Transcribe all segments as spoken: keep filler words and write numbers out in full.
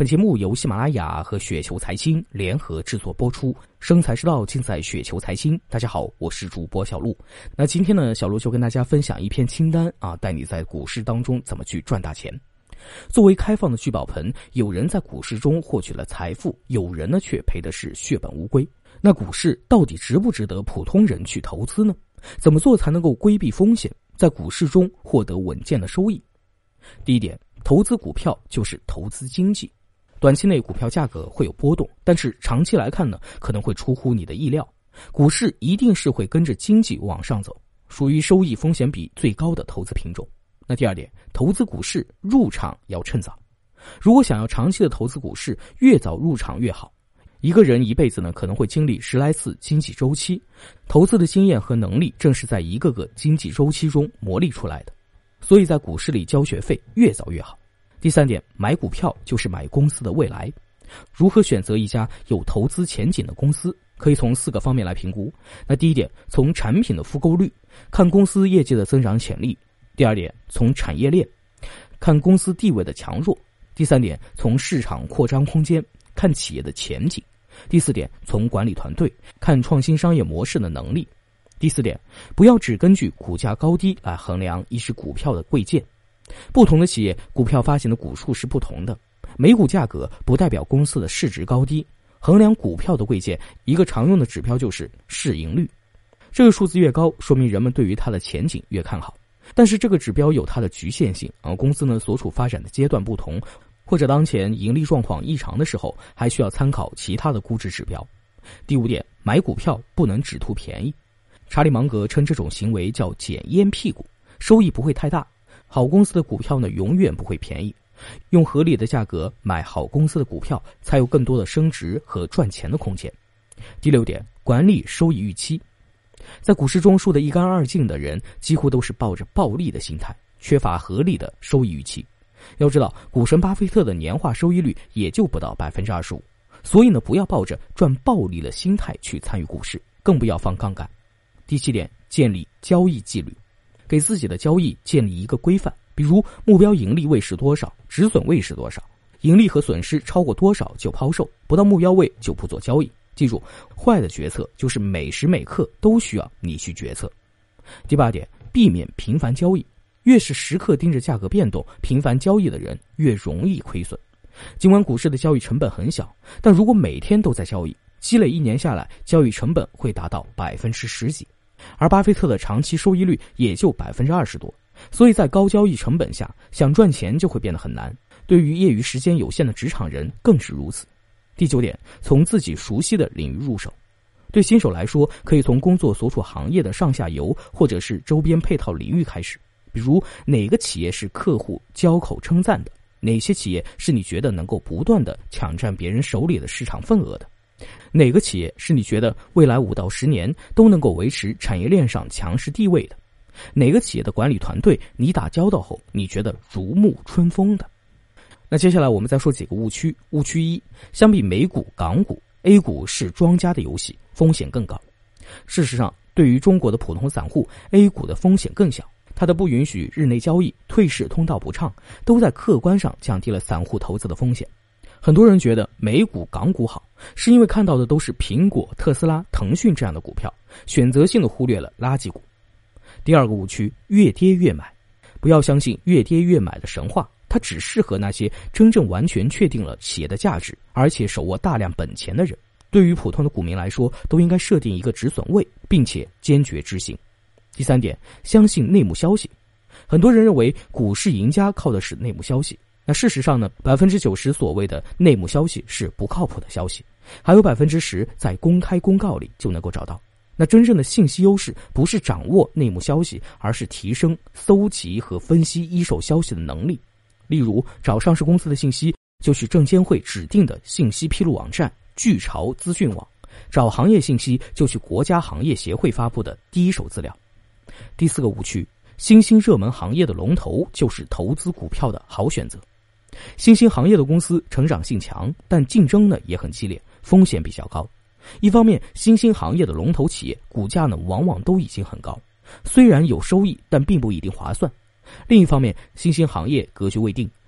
本节目由喜马拉雅和雪球财经联合制作播出，生财之道尽在雪球财经。大家好，我是主播小璐。那今天呢，小璐就跟大家分享一篇清单啊，带你在股市当中怎么去赚大钱。作为开放的聚宝盆，有人在股市中获取了财富，有人呢却赔的是血本无归。那股市到底值不值得普通人去投资呢？怎么做才能够规避风险，在股市中获得稳健的收益？第一点，投资股票就是投资经济。短期内股票价格会有波动，但是长期来看呢，可能会出乎你的意料。股市一定是会跟着经济往上走，属于收益风险比最高的投资品种。那第二点，投资股市入场要趁早。如果想要长期的投资股市，越早入场越好。一个人一辈子呢，可能会经历十来次经济周期，投资的经验和能力正是在一个个经济周期中磨砺出来的。所以在股市里交学费越早越好。第三点，买股票就是买公司的未来。如何选择一家有投资前景的公司，可以从四个方面来评估。那第一点，从产品的复购率，看公司业绩的增长潜力。第二点，从产业链，看公司地位的强弱。第三点，从市场扩张空间，看企业的前景。第四点，从管理团队，看创新商业模式的能力。第四点，不要只根据股价高低来衡量一只股票的贵贱。不同的企业股票发行的股数是不同的，每股价格不代表公司的市值高低。衡量股票的贵贱，一个常用的指标就是市盈率。这个数字越高，说明人们对于它的前景越看好。但是这个指标有它的局限性啊，公司呢所处发展的阶段不同，或者当前盈利状况异常的时候，还需要参考其他的估值指标。第五点，买股票不能只图便宜。查理芒格称这种行为叫捡烟屁股，收益不会太大。好公司的股票呢，永远不会便宜。用合理的价格买好公司的股票，才有更多的升值和赚钱的空间。第六点，管理收益预期。在股市中输得一干二净的人，几乎都是抱着暴利的心态，缺乏合理的收益预期。要知道，股神巴菲特的年化收益率也就不到 百分之二十五， 所以呢，不要抱着赚暴利的心态去参与股市，更不要放杠杆。第七点，建立交易纪律。给自己的交易建立一个规范，比如目标盈利位是多少，止损位是多少，盈利和损失超过多少就抛售，不到目标位就不做交易。记住，坏的决策就是每时每刻都需要你去决策。第八点，避免频繁交易。越是时刻盯着价格变动、频繁交易的人，越容易亏损。尽管股市的交易成本很小，但如果每天都在交易，积累一年下来，交易成本会达到百分之十几。而巴菲特的长期收益率也就百分之二十多，所以在高交易成本下，想赚钱就会变得很难。对于业余时间有限的职场人更是如此。第九点，从自己熟悉的领域入手。对新手来说，可以从工作所处行业的上下游或者是周边配套领域开始，比如哪个企业是客户交口称赞的，哪些企业是你觉得能够不断的抢占别人手里的市场份额的，哪个企业是你觉得未来五到十年都能够维持产业链上强势地位的，哪个企业的管理团队你打交道后你觉得如沐春风的。那接下来我们再说几个误区。误区一，相比美股、港股， A 股是庄家的游戏，风险更高。事实上，对于中国的普通散户， A 股的风险更小，它的不允许日内交易、退市通道不畅，都在客观上降低了散户投资的风险。很多人觉得美股、港股好，是因为看到的都是苹果、特斯拉、腾讯这样的股票，选择性的忽略了垃圾股。第二个误区，越跌越买。不要相信越跌越买的神话，它只适合那些真正完全确定了企业的价值，而且手握大量本钱的人。对于普通的股民来说，都应该设定一个止损位，并且坚决执行。第三点，相信内幕消息。很多人认为股市赢家靠的是内幕消息，那事实上呢， 百分之九十 所谓的内幕消息是不靠谱的消息，还有 百分之十 在公开公告里就能够找到。那真正的信息优势不是掌握内幕消息，而是提升搜集和分析一手消息的能力。例如，找上市公司的信息，就去证监会指定的信息披露网站巨潮资讯网；找行业信息，就去国家行业协会发布的第一手资料。第四个误区，新兴热门行业的龙头就是投资股票的好选择。新兴行业的公司成长性强，但竞争呢也很激烈，风险比较高。一方面，新兴行业的龙头企业股价呢往往都已经很高，虽然有收益，但并不一定划算。另一方面，新兴行业格局未定，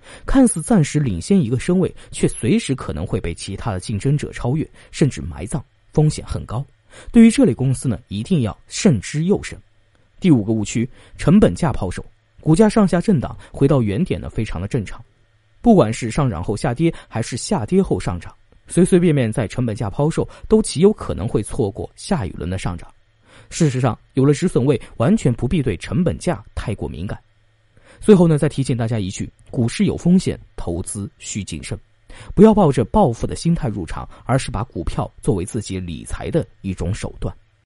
看似暂时领先一个身位，却随时可能会被其他的竞争者超越，甚至埋葬，风险很高。对于这类公司呢，一定要慎之又慎。第五个误区，成本价抛售，股价上下震荡，回到原点呢，非常的正常。不管是上涨后下跌，还是下跌后上涨，随随便便在成本价抛售，都极有可能会错过下一轮的上涨。事实上，有了止损位，完全不必对成本价太过敏感。最后呢，再提醒大家一句，股市有风险，投资需谨慎。不要抱着暴富的心态入场，而是把股票作为自己理财的一种手段。